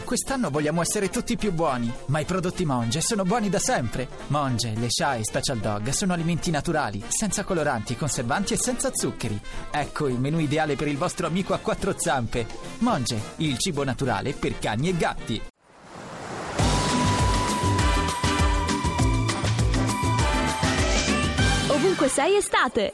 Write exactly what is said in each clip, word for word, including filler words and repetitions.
Quest'anno vogliamo essere tutti più buoni, ma i prodotti Monge sono buoni da sempre. Monge, le Sha e Special Dog sono alimenti naturali, senza coloranti, conservanti e senza zuccheri. Ecco il menù ideale per il vostro amico a quattro zampe. Monge, il cibo naturale per cani e gatti. Ovunque sei estate.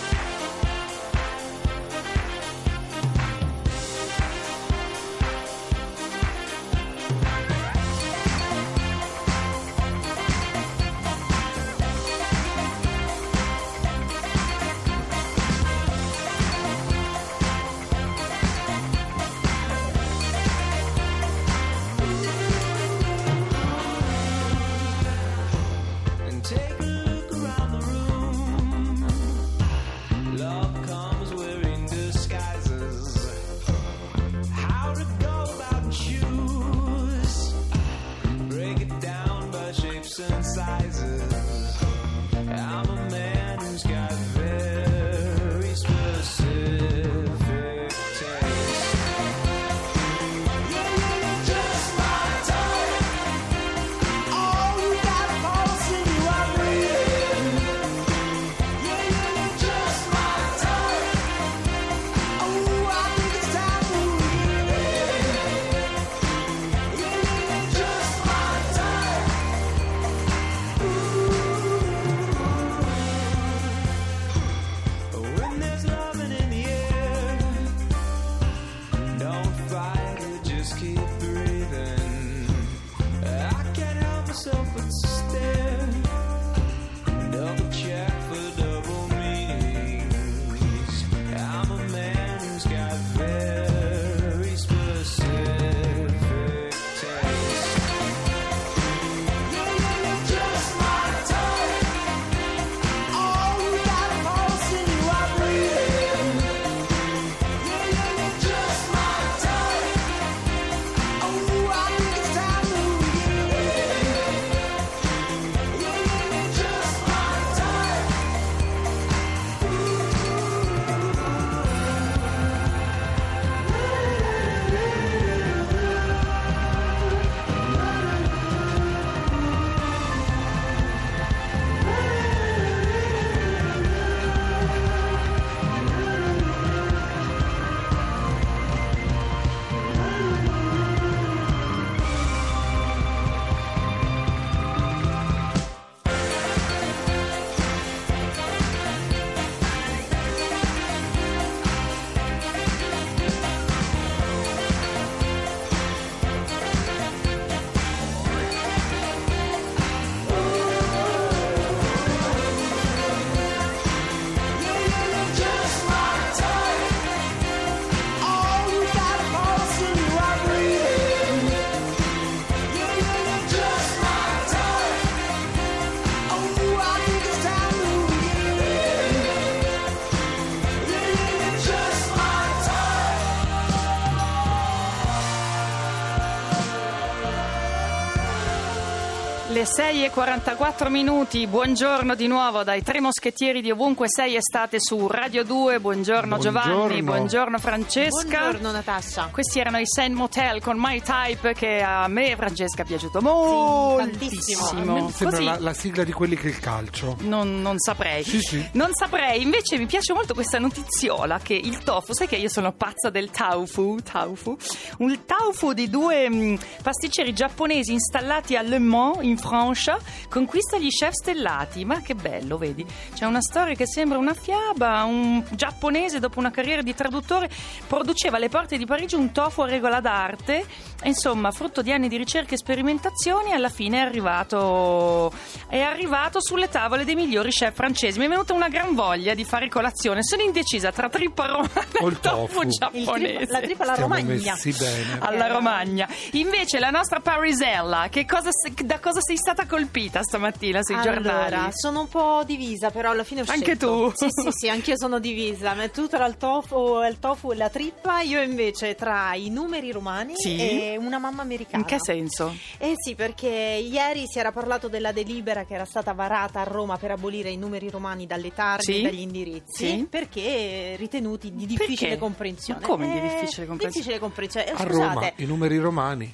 Le sei e quarantaquattro minuti, buongiorno di nuovo dai Tre Moschettieri di Ovunque Sei Estate su Radio due. Buongiorno, buongiorno Giovanni, buongiorno Francesca. Buongiorno Natascia. Questi erano i Sand Motel con My Type, che a me, Francesca, è piaciuto moltissimo. Sì, Mi sembra Così, la, la sigla di quelli che il calcio. non, non saprei. Sì, sì. Non saprei, invece mi piace molto questa notiziola che il tofu, sai che io sono pazza del tofu, tofu, un tofu di due mh, pasticceri giapponesi installati a Le Mans in Francia conquista gli chef stellati. Ma che bello, vedi? C'è una storia che sembra una fiaba. Un giapponese, dopo una carriera di traduttore, produceva alle porte di Parigi un tofu a regola d'arte. Insomma, frutto di anni di ricerche e sperimentazioni, alla fine è arrivato è arrivato sulle tavole dei migliori chef francesi. Mi è venuta una gran voglia di fare colazione. Sono indecisa tra trippa romana e il tofu, tofu. giapponese. Trip, la trippa alla Stiamo Romagna. messi bene. Alla Romagna. Invece la nostra Parisella, che cosa, da cosa sei stata colpita stamattina sui Allora, giornali? sono un po' divisa, però alla fine ho Anche scelto. tu? Sì, sì, sì, anch'io sono divisa. Ma tu tra il tofu, il tofu e la trippa, io invece tra i numeri romani Sì? e una mamma americana. In che senso? Eh sì, perché ieri si era parlato della delibera che era stata varata a Roma per abolire i numeri romani dalle targhe Sì? e dagli indirizzi, Sì? perché ritenuti di difficile Perché? comprensione. Ma come di Eh, difficile comprensione? Difficile comprensione. Eh, A scusate. Roma, i numeri romani. Eh,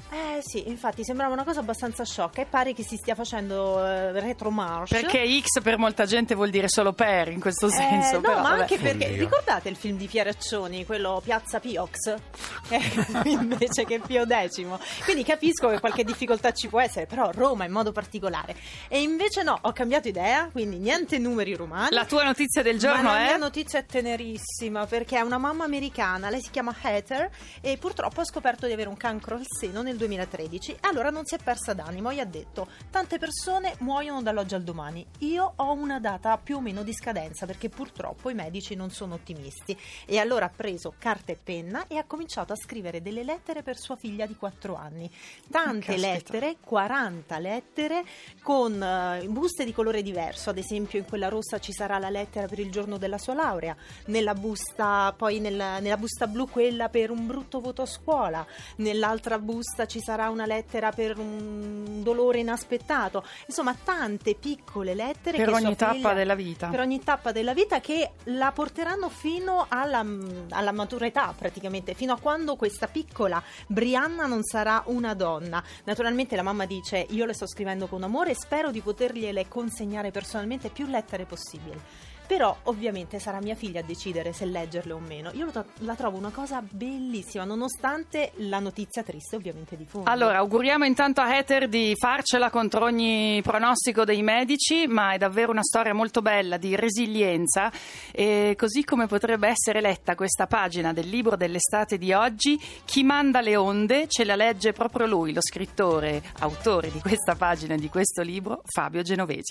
sì, infatti sembrava una cosa abbastanza sciocca e pare che si stia facendo eh, retromarche. Perché X per molta gente vuol dire solo per, in questo senso. Eh, no, però, ma vabbè. anche perché Follia. ricordate il film di Pieraccioni, quello Piazza Piox, eh, invece che Pio Decimo. Quindi capisco che qualche difficoltà ci può essere, però Roma in modo particolare. E invece no, ho cambiato idea, quindi niente numeri romani. La tua notizia del giorno Ma la è? mia notizia è tenerissima, perché è una mamma americana, lei si chiama Heather e purtroppo ha scoperto di avere un cancro al seno nel duemilatredici e allora non si è persa d'animo e ha detto: tante persone muoiono dall'oggi al domani, io ho una data più o meno di scadenza perché purtroppo i medici non sono ottimisti. E allora ha preso carta e penna e ha cominciato a scrivere delle lettere per sua figlia di quattro anni, tante Caspita. lettere, quaranta lettere con uh, buste di colore diverso. Ad esempio in quella rossa ci sarà la lettera per il giorno della sua laurea, nella busta poi nella, nella busta blu quella per un brutto voto a scuola, nell'altra busta ci sarà una lettera per un dolore inaspettato. Insomma, tante piccole lettere Per che ogni sua tappa figlia- della vita. per ogni tappa della vita, che la porteranno fino alla, alla maturità, praticamente fino a quando questa piccola Brianna non sarà una donna. Naturalmente la mamma dice: io le sto scrivendo con amore e spero di potergliele consegnare personalmente più lettere possibili, però ovviamente sarà mia figlia a decidere se leggerle o meno. Io lo to- la trovo una cosa bellissima, nonostante la notizia triste ovviamente di fondo. Allora, auguriamo intanto a Heather di farcela contro ogni pronostico dei medici, ma è davvero una storia molto bella di resilienza, e così come potrebbe essere letta questa pagina del libro dell'estate di oggi, Chi manda le onde, ce la legge proprio lui, lo scrittore, autore di questa pagina e di questo libro, Fabio Genovesi.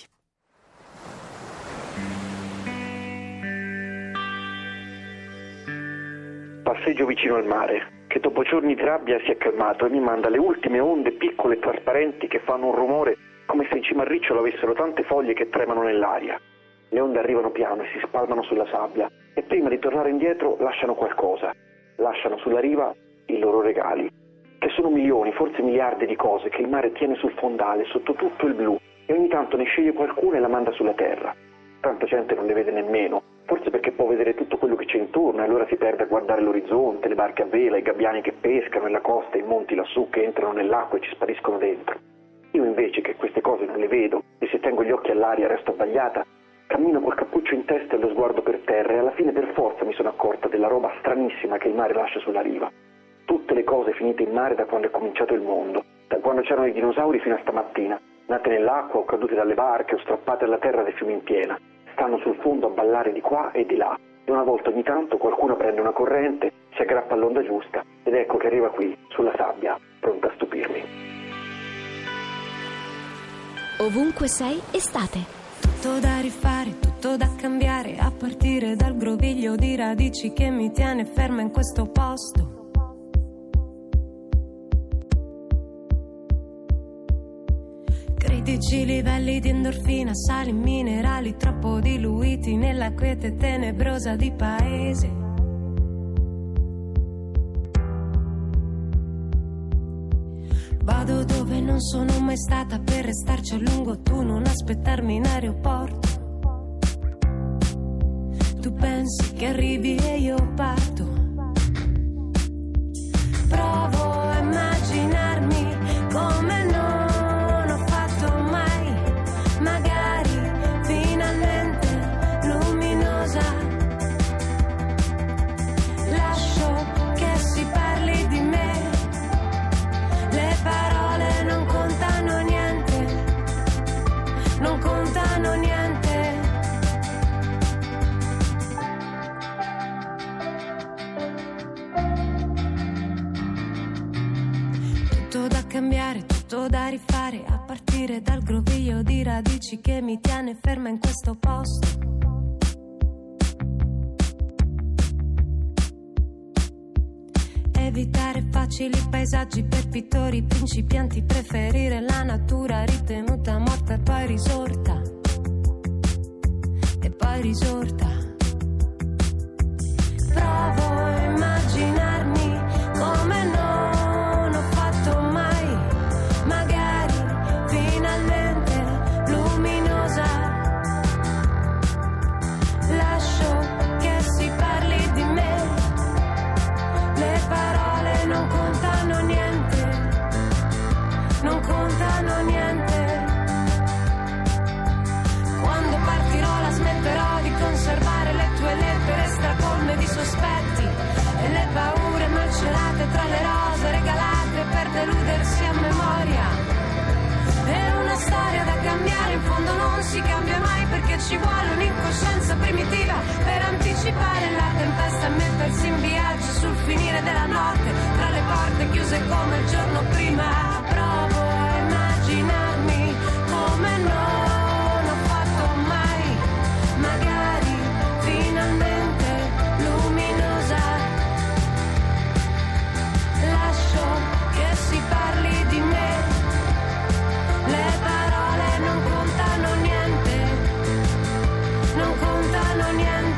Passeggio vicino al mare, che dopo giorni di rabbia si è calmato e mi manda le ultime onde piccole e trasparenti che fanno un rumore come se in cima al ricciolo avessero tante foglie che tremano nell'aria. Le onde arrivano piano e si spalmano sulla sabbia e prima di tornare indietro lasciano qualcosa. Lasciano sulla riva i loro regali, che sono milioni, forse miliardi di cose che il mare tiene sul fondale, sotto tutto il blu, e ogni tanto ne sceglie qualcuna e la manda sulla terra. Tanta gente non le vede nemmeno, forse perché può vedere tutto quello che c'è intorno e allora si perde a guardare l'orizzonte, le barche a vela, i gabbiani che pescano e la costa, i monti lassù che entrano nell'acqua e ci spariscono dentro. Io invece, che queste cose non le vedo e se tengo gli occhi all'aria resto abbagliata, cammino col cappuccio in testa e lo sguardo per terra e alla fine per forza mi sono accorta della roba stranissima che il mare lascia sulla riva. Tutte le cose finite in mare da quando è cominciato il mondo, da quando c'erano i dinosauri fino a stamattina, nate nell'acqua o cadute dalle barche o strappate alla terra dei fiumi in piena, stanno sul fondo a ballare di qua e di là e una volta ogni tanto qualcuno prende una corrente, si aggrappa all'onda giusta ed ecco che arriva qui, sulla sabbia, pronta a stupirmi. Ovunque sei, estate. Tutto da rifare, tutto da cambiare, a partire dal groviglio di radici che mi tiene ferma in questo posto. Critici livelli di endorfina, sali minerali troppo diluiti nella quiete tenebrosa di paese. Vado dove non sono mai stata per restarci a lungo, tu non aspettarmi in aeroporto. Tu pensi che arrivi e io parto. Provo a immaginarmi come non ho fatto mai, magari finalmente luminosa. Lascio che si parli di me, le parole non contano niente, non contano niente. Tutto da cambiare, tutto da rifare, a partire dal groviglio di radici che mi tiene ferma in questo posto. Evitare facili paesaggi per pittori principianti, preferire la natura ritenuta morta e poi risorta, e poi risorta. Provo a immaginarmi come non ho fatto mai, magari finalmente luminosa. Lascio che si parli di me, le parole non contano niente, ci vuole un'incoscienza primitiva per anticipare la tempesta e mettersi in viaggio sul finire della notte, tra le porte chiuse come il giorno prima. Provo a immaginarmi come non ho fatto mai, magari finalmente luminosa. Lascio che si parli di me, le parole non contano niente, non contano niente.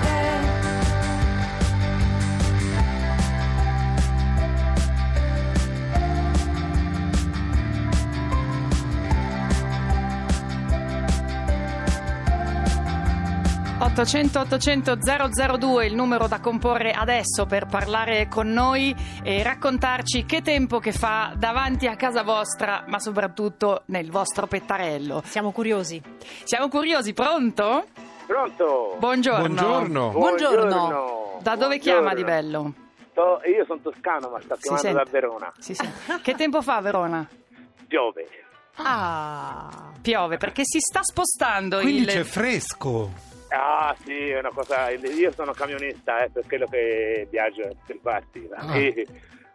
ottocento ottocento zero zero due il numero da comporre adesso per parlare con noi e raccontarci che tempo che fa davanti a casa vostra, ma soprattutto nel vostro pettarello. Siamo curiosi. Siamo curiosi, pronto? Pronto? Buongiorno. Buongiorno. Buongiorno. Da dove Buongiorno. chiama di bello? To- io sono toscano, ma sto Si chiamando sente. da Verona. Sì, sì. Che tempo fa a Verona? Piove. Ah, Piove perché si sta spostando Quindi il... c'è fresco. Ah sì, è una cosa. Io sono camionista, eh, per quello che viaggio in parti. Ah. E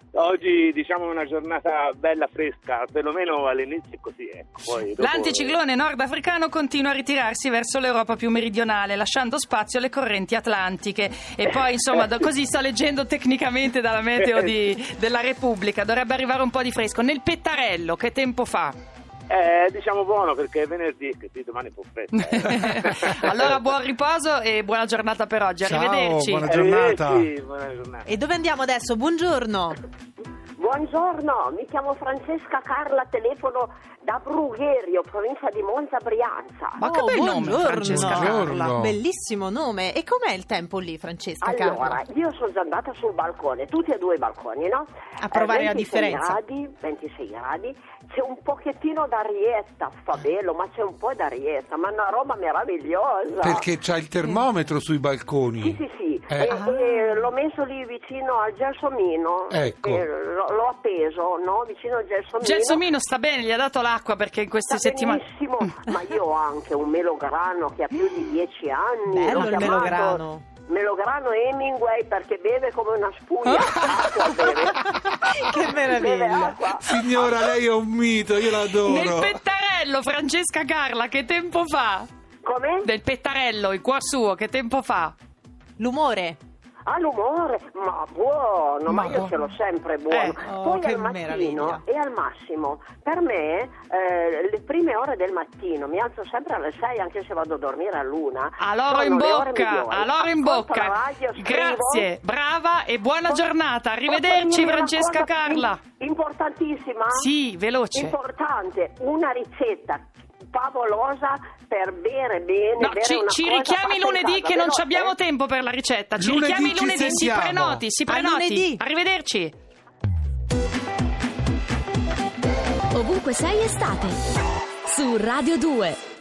oggi diciamo è una giornata bella fresca, perlomeno all'inizio è così. Ecco. Poi dopo... L'anticiclone nordafricano continua a ritirarsi verso l'Europa più meridionale, lasciando spazio alle correnti atlantiche. E poi, insomma, do- così sto leggendo tecnicamente dalla meteo di- della Repubblica. Dovrebbe arrivare un po' di fresco. Nel pettarello, che tempo fa? Eh, diciamo buono perché è venerdì, che sì, domani può fresca. Allora, buon riposo e buona giornata per oggi. Ciao, Arrivederci. buona giornata. Arrivederci, buona giornata. e dove andiamo adesso? Buongiorno. Buongiorno, mi chiamo Francesca Carla, telefono da Brugherio, provincia di Monza, Brianza. Ma che Oh, bel nome, buongiorno. Francesca Buongiorno. Carla. Bellissimo nome. E com'è il tempo lì, Francesca Allora, Carla? io sono già andata sul balcone, tutti e due i balconi, no? A provare la ventisei differenza. Gradi, ventisei gradi, c'è un pochettino d'arietta, fa bello, ma c'è un po' d'arietta, ma è una roba meravigliosa. Perché c'ha il termometro sui balconi. Sì, sì, sì, Eh. e, e l'ho messo lì vicino al gelsomino, Ecco. e l'ho, l'ho appeso, no? Vicino al gelsomino. Gelsomino sta bene, gli ha dato l'acqua perché in queste Sta settimane... benissimo, ma io ho anche un melograno che ha più di dieci anni. Bello l'ho il chiamato melograno. Melograno Hemingway perché beve come una spugna. Acqua beve. Che meraviglia. Beve acqua. Signora, lei è un mito, io l'adoro. Nel pettarello, Francesca Carla, che tempo fa? Come? Del pettarello, il cuor suo, che tempo fa? L'umore. Ha l'umore, ma buono, ma, Ma io buono. ce l'ho sempre buono. Eh. Oh, Poi che al mattino meraviglia. e al massimo, per me eh, le prime ore del mattino, mi alzo sempre alle sei anche se vado a dormire all'una. Allora in sono le ore bocca, migliori. allora in Ascolto bocca. la radio, scrivo. Grazie, brava e buona Posso- giornata. posso Arrivederci, dire una Francesca cosa Carla. im- Importantissima? Sì, veloce. Importante, una ricetta favolosa per bere bene, No, bere ci, una ci cosa richiami fatta in lunedì casa, che non veloce. abbiamo tempo per la ricetta. Ci Lunedì richiami ci lunedì, si sentiamo. prenoti, si A prenoti. lunedì. Arrivederci. Ovunque sei estate. Su Radio due.